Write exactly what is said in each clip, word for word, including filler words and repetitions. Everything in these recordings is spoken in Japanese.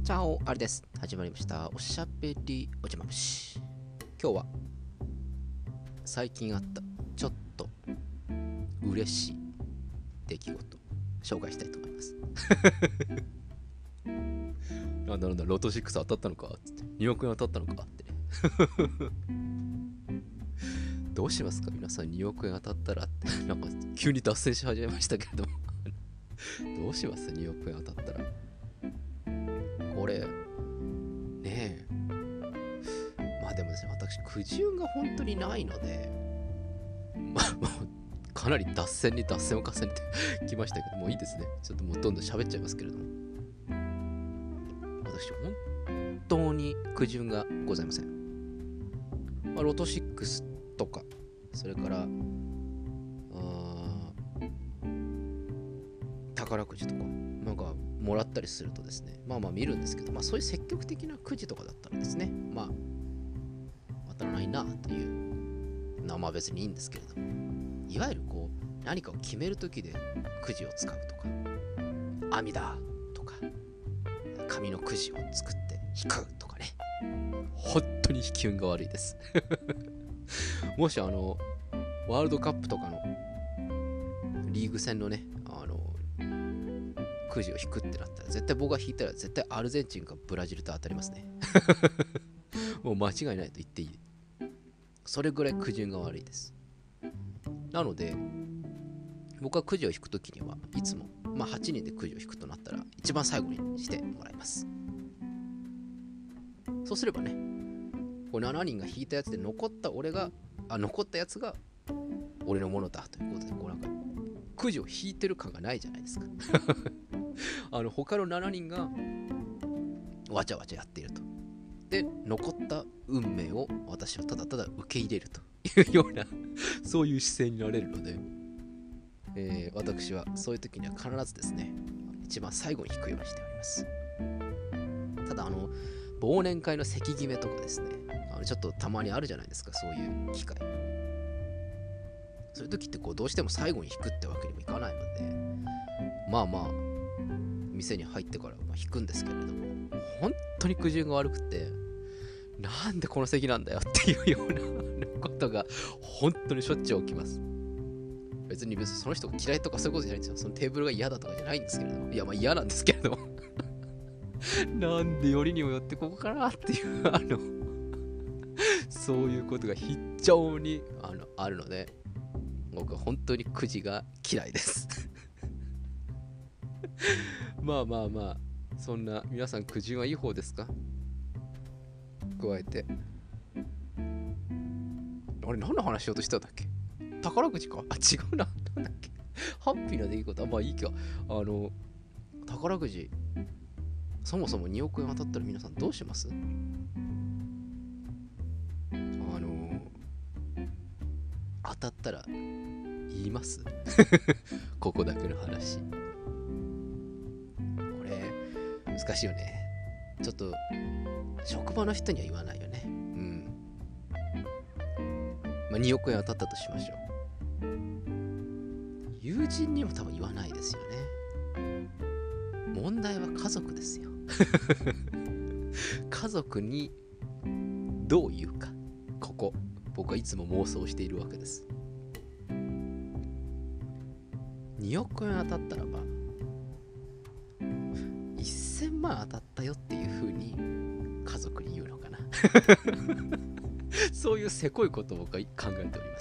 チャオ、あれです。始まりました。おしゃべりおじまむし。今日は最近あったちょっと嬉しい出来事紹介したいと思います。なんだなんだ、ロトろく当たったのかって。におくえん当たったのかってね。どうしますか皆さん、におくえん当たったらって。なんか急に脱線し始めましたけれども。どうします ?に 億円当たったら。これ、ねえ。まあでもですね、私、くじ運が本当にないので、まあ、もう、かなり脱線に脱線を重ねてきましたけど、もういいですね。ちょっともうどんどん喋っちゃいますけれども。私、本当にくじ運がございません。まあ、ロトろくとか、それから、宝くじとか、なんか、もらったりするとですね、まあまあ見るんですけど、まあそういう積極的なくじとかだったらですね、まあ、当たらないなというのはまあ別にいいんですけれども、いわゆるこう、何かを決めるときでくじを使うとか、網だとか、紙のくじを作って引くとかね、本当に引き運が悪いです。もしあの、ワールドカップとかのリーグ戦のね、くじを引くってなったら絶対僕が引いたら絶対アルゼンチンかブラジルと当たりますね。もう間違いないと言っていい。それぐらいくじ運が悪いです。なので僕はくじを引くときにはいつも、まあ、はちにんでくじを引くとなったら一番最後にしてもらいます。そうすればね、こうしちにんが引いたやつで残った俺があ残ったやつが俺のものだということで、こうなんかくじを引いてる感がないじゃないですか。あの他のしちにんがわちゃわちゃやっていると。で、残った運命を私はただただ受け入れるというようなそういう姿勢になれるので、えー、私はそういう時には必ずですね、一番最後に引くようにしております。ただ、あの、忘年会の席決めとかですね、あのちょっとたまにあるじゃないですか、そういう機会。そういう時ってこうどうしても最後に引くってわけにもいかないので、まあまあ、店に入ってからまあ引くんですけれども、本当にくじ運が悪くて、なんでこの席なんだよっていうようなことが本当にしょっちゅう起きます。別に別にその人が嫌いとかそういうことじゃないんですよ。そのテーブルが嫌だとかじゃないんですけれども、いやまあ嫌なんですけれども、なんでよりにもよってここかなっていうあのそういうことが非常にあのあるので、僕は本当にくじが嫌いです。まあまあまあ、そんな皆さんくじ運はいい方ですか？加えて、あれ何の話しようとしてたんだっけ？宝くじか？あ、違うな。なんだっけ？ハッピーな出来事。あ、まあいいけど、あの、宝くじ、そもそもにおくえん当たったら皆さんどうします？あの、当たったら言います？ここだけの話。これ、難しいよね。ちょっと、職場の人には言わないよね。うん。まあ、におくえん当たったとしましょう。友人にも多分言わないですよね。問題は家族ですよ。家族にどう言うか。ここ、僕はいつも妄想しているわけです。におくえん当たったらば、せんまん当たったよっていう風に家族に言うのかな。そういうせこいことを僕は考えております。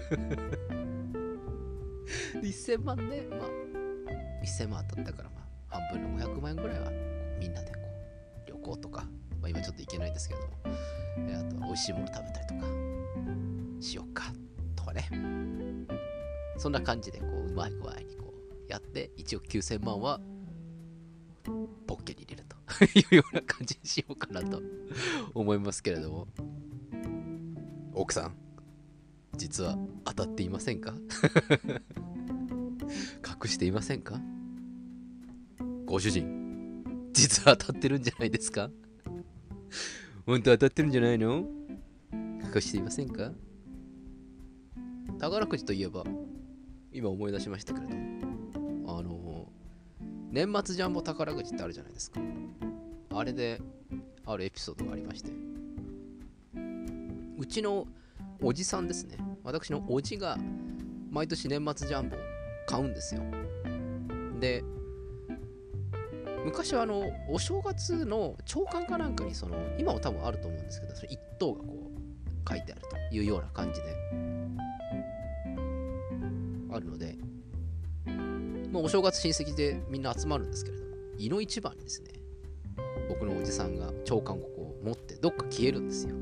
いっせんまんで、まあ、いっせんまん当たったから、まあ、半分のごひゃくまんえんぐらいはみんなでこう旅行とか、まあ、今ちょっと行けないんですけども、えあとは美味しいもの食べたりとかしようかとかね。そんな感じでこううまい具合にこうやっていちおくきゅうせんまんはポッケに入れるというような感じにしようかなと思いますけれども、奥さん実は当たっていませんか？隠していませんか？ご主人実は当たってるんじゃないですか？本当当たってるんじゃないの？隠していませんか？宝くじといえば今思い出しましたけれども、あの年末ジャンボ宝くじってあるじゃないですか。ああれであるエピソードがありまして、うちのおじさんですね、私のおじが毎年年末ジャンボを買うんですよ。で、昔はあのお正月の朝刊かなんかに、その今も多分あると思うんですけど、それ一等がこう書いてあるというような感じであるので、もうお正月親戚でみんな集まるんですけれども、いの一番にですね、僕のおじさんが朝刊をこう持ってどっか消えるんですよ。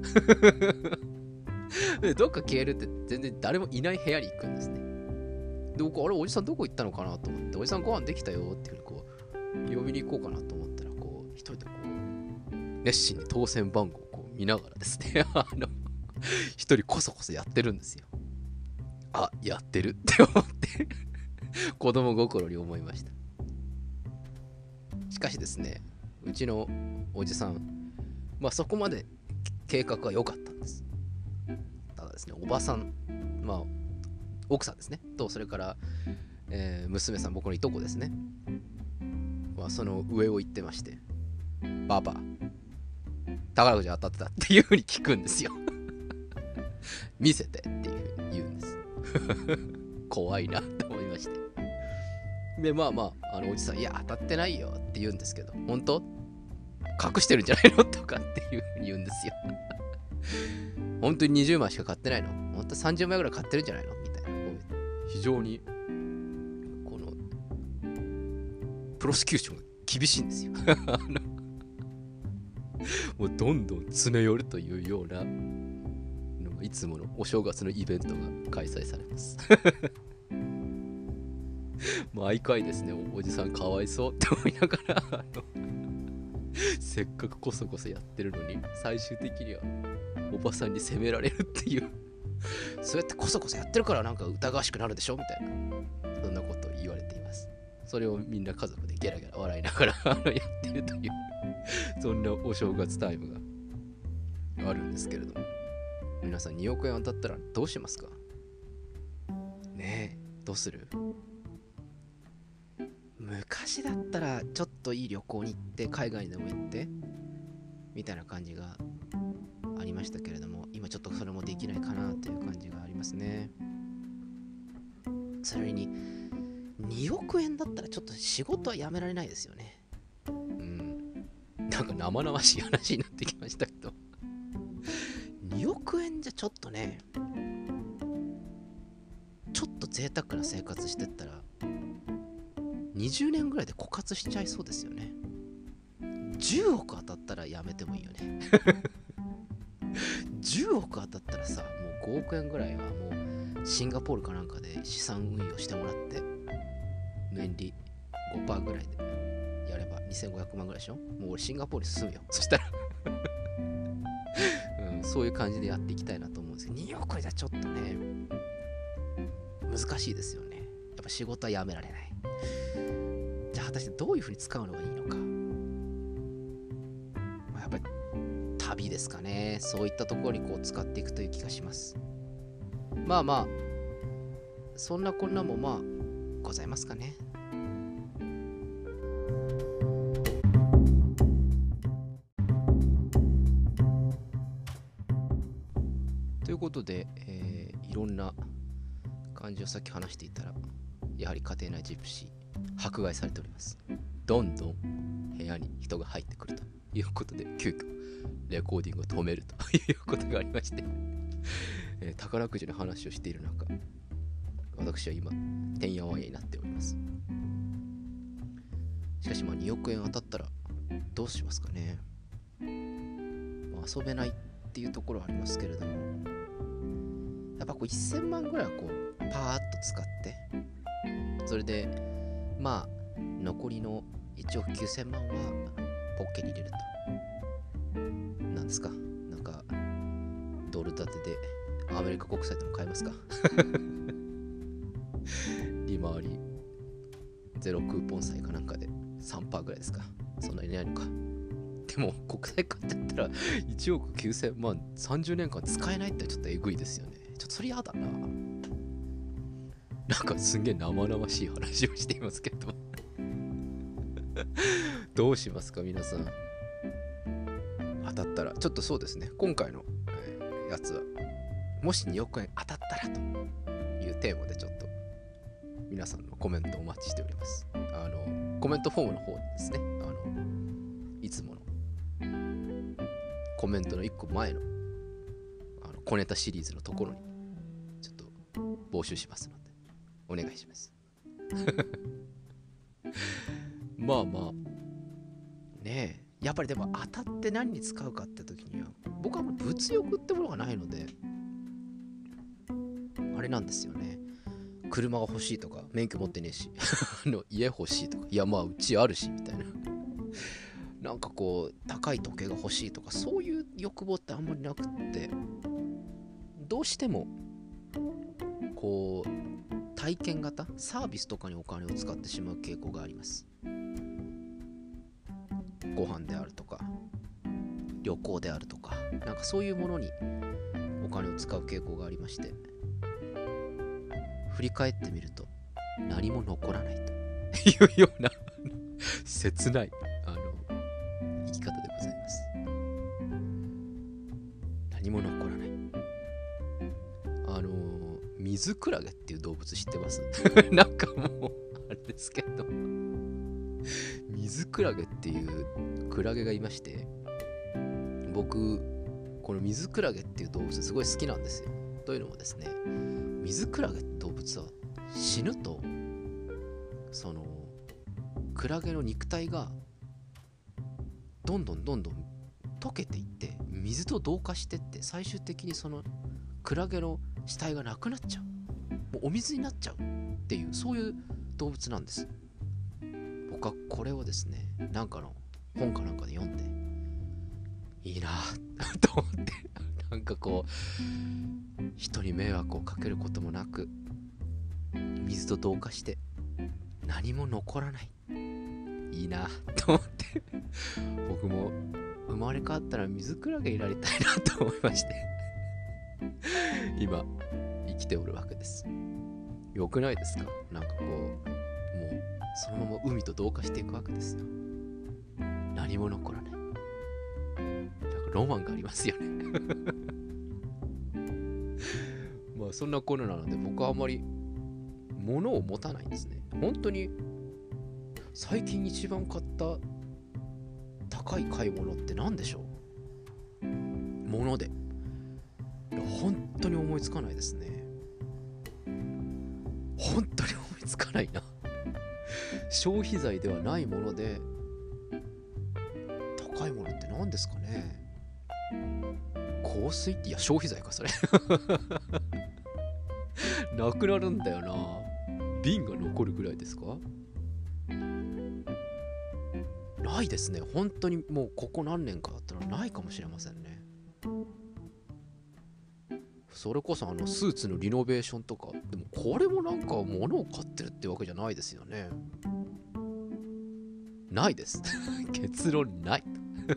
で、どっか消えるって全然誰もいない部屋に行くんですね。で、僕、あれ、おじさんどこ行ったのかなと思って、おじさんご飯できたよっていうふうにこう呼びに行こうかなと思ったら、こう一人でこう熱心に当選番号をこう見ながらですね、あの一人こそこそやってるんですよ。あ、やってるって思って子供心に思いました。しかしですね、うちのおじさん、まあそこまで計画は良かったんです。ただですね、おばさん、まあ奥さんですねと、それから、えー、娘さん、僕のいとこですね、まあ、その上を行ってまして、パパ宝くじ当たってたっていうふうに聞くんですよ。見せてっていうふうに言うんです。怖いなと思いまして、でまあまあ、あのおじさん、いや当たってないよって言うんですけど、本当隠してるんじゃないのとかっていうふうに言うんですよ。本当ににじゅうまいしか買ってないの、本当さんじゅうまいぐらい買ってるんじゃないのみたいな、非常にこのプロシキューションが厳しいんですよ。もうどんどん詰め寄るというようなのがいつものお正月のイベントが開催されます。毎回ですね、 お, おじさんかわいそうって思いながら、あのせっかくこそこそやってるのに、最終的にはおばさんに責められるっていう、そうやってこそこそやってるからなんか疑わしくなるでしょみたいな、そんなことを言われています。それをみんな家族でゲラゲラ笑いながらやってるというそんなお正月タイムがあるんですけれども、皆さんにおくえん当たったらどうしますかねえ、どうする？昔だったらちょっといい旅行に行って海外でも行ってみたいな感じがありましたけれども、今ちょっとそれもできないかなという感じがありますね。それににおくえんだったらちょっと仕事はやめられないですよね。うん、なんか生々しい話になってきましたけど、におくえんじゃちょっとね、ちょっと贅沢な生活してったらにじゅうねんぐらいで枯渇しちゃいそうですよね。じゅうおく当たったらやめてもいいよね。じゅうおく当たったらさ、もうごおくえんぐらいはもうシンガポールかなんかで資産運用してもらって、年利 ごパーセント ぐらいでやればにせんごひゃくまんぐらいでしょ。もう俺シンガポールに住むよ、そしたら、うん、そういう感じでやっていきたいなと思うんですけど、におくじゃちょっとね難しいですよね。やっぱ仕事はやめられない。じゃあ果たしてどういうふうに使うのがいいのか、まあ、やっぱり旅ですかね。そういったところにこう使っていくという気がします。まあまあそんなこんなもまあございますかね。ということで、えー、いろんな感じをさっき話していたら、やはり家庭内ジプシー迫害されております。どんどん部屋に人が入ってくるということで、急遽レコーディングを止めるということがありまして、えー、宝くじの話をしている中、私は今てんやわんやになっております。しかしまあにおくえん当たったらどうしますかね。まあ、遊べないっていうところはありますけれども、やっぱこうせんまんぐらいはこうパーッと使って、それでまあ残りのいちおくきゅうせんまんはポッケに入れると。なんですか、なんかドル建てでアメリカ国債でも買えますか。利回りゼロクーポン債かなんかで さんパーセント ぐらいですか。そんなにないのか。でも国債買っちゃったらいちおくきゅうせんまんさんじゅうねんかん使えないってちょっとえぐいですよね。ちょっとそれやだな。なんかすんげえ生々しい話をしていますけどどうしますか皆さん。 当たったら、ちょっとそうですね、今回の、えーやつはもしにおくえん当たったらというテーマでちょっと皆さんのコメントをお待ちしております。あのコメントフォームの方にですね、あのいつものコメントのいっこまえのあの小ネタシリーズのところにちょっと募集しますのでお願いしますまあまあねえ、やっぱりでも当たって何に使うかって時には僕はもう物欲ってものがないのであれなんですよね。車が欲しいとか免許持ってねえしあの家欲しいとか、いやまあうちあるしみたいななんかこう高い時計が欲しいとかそういう欲望ってあんまりなくって、どうしてもこう体験型サービスとかにお金を使ってしまう傾向があります。ご飯であるとか旅行であるとか、なんかそういうものにお金を使う傾向がありまして、振り返ってみると何も残らないというような切ないあの生き方でございます。何も残らない。あの水クラゲっていう動物知ってますなんかもうあれですけど、水クラゲっていうクラゲがいまして、僕この水クラゲっていう動物すごい好きなんですよ。というのもですね、水クラゲって動物は死ぬとそのクラゲの肉体がどんどんどんどん溶けていって水と同化してって、最終的にそのクラゲの死体がなくなっちゃう、もうお水になっちゃうっていう、そういう動物なんです。僕はこれをですね、なんかの本かなんかで読んでいいなと思ってなんかこう人に迷惑をかけることもなく水と同化して何も残らない、いいなと思って僕も生まれ変わったら水クラゲになりたいなと思いまして今生きておるわけです。よくないですか？なんかこうもうそのまま海と同化していくわけですよ。何も残らない。なんかロマンがありますよねまあそんなコロナなので僕はあんまり物を持たないんですね。本当に最近一番買った高い買い物って何でしょう？物で本当に思いつかないですね。本当に思いつかないな消費財ではないもので高いものって何ですかね。香水って、いや消費財かそれなくなるんだよな。瓶が残るぐらいですか？ないですね。本当にもうここ何年かだったらないかもしれませんね。それこそあのスーツのリノベーションとかでも、これもなんか物を買ってるってわけじゃないですよね。ないです結論ない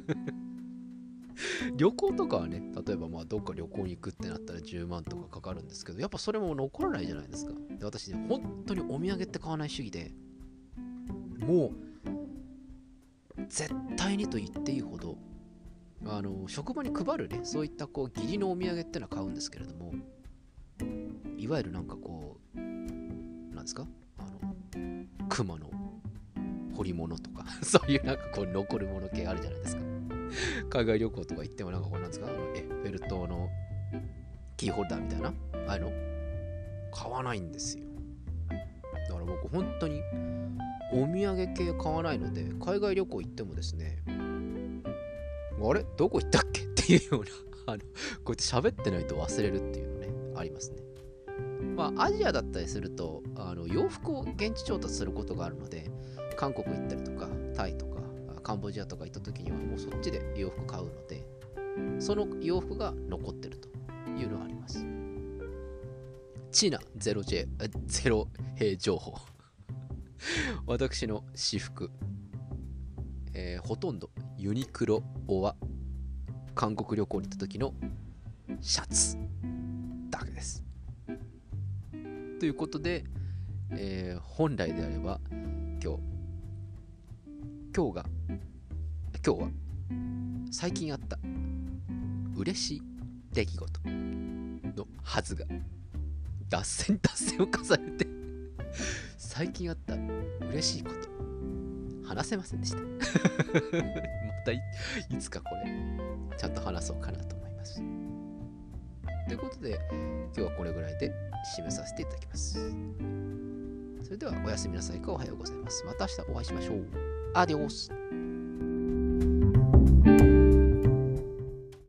旅行とかはね、例えばまあどっか旅行に行くってなったらじゅうまんとかかかるんですけど、やっぱそれも残らないじゃないですか。で私ね、本当にお土産って買わない主義で、もう絶対にと言っていいほどあの職場に配るね、そういったこう義理のお土産ってのは買うんですけれども、いわゆるなんかこうなんですか、あの熊の彫り物とかそういうなんかこう残るもの系あるじゃないですか。海外旅行とか行ってもなんかこうなんですか、あのエッフェル塔のキーホルダーみたいな、ああいうの買わないんですよ。だから僕本当にお土産系買わないので、海外旅行行ってもですね、あれどこ行ったっけっていうようなあのこうやって喋ってないと忘れるっていうのね、ありますね。まあアジアだったりするとあの洋服を現地調達することがあるので、韓国行ったりとかタイとかカンボジアとか行った時にはもうそっちで洋服買うので、その洋服が残ってるというのがあります。チナ ゼロジェー ゼロ兵情報私の私服、えー、ほとんどユニクロは韓国旅行に行った時のシャツだけです。ということで、えー、本来であれば今日今日が今日は最近あった嬉しい出来事のはずが脱線脱線を重ねて最近あった嬉しいこと話せませんでしたまた い, いつかこれちゃんと話そうかなと思います。ということで今日はこれぐらいで締めさせていただきます。それではおやすみなさいかおはようございます。また明日お会いしましょう。アディオス。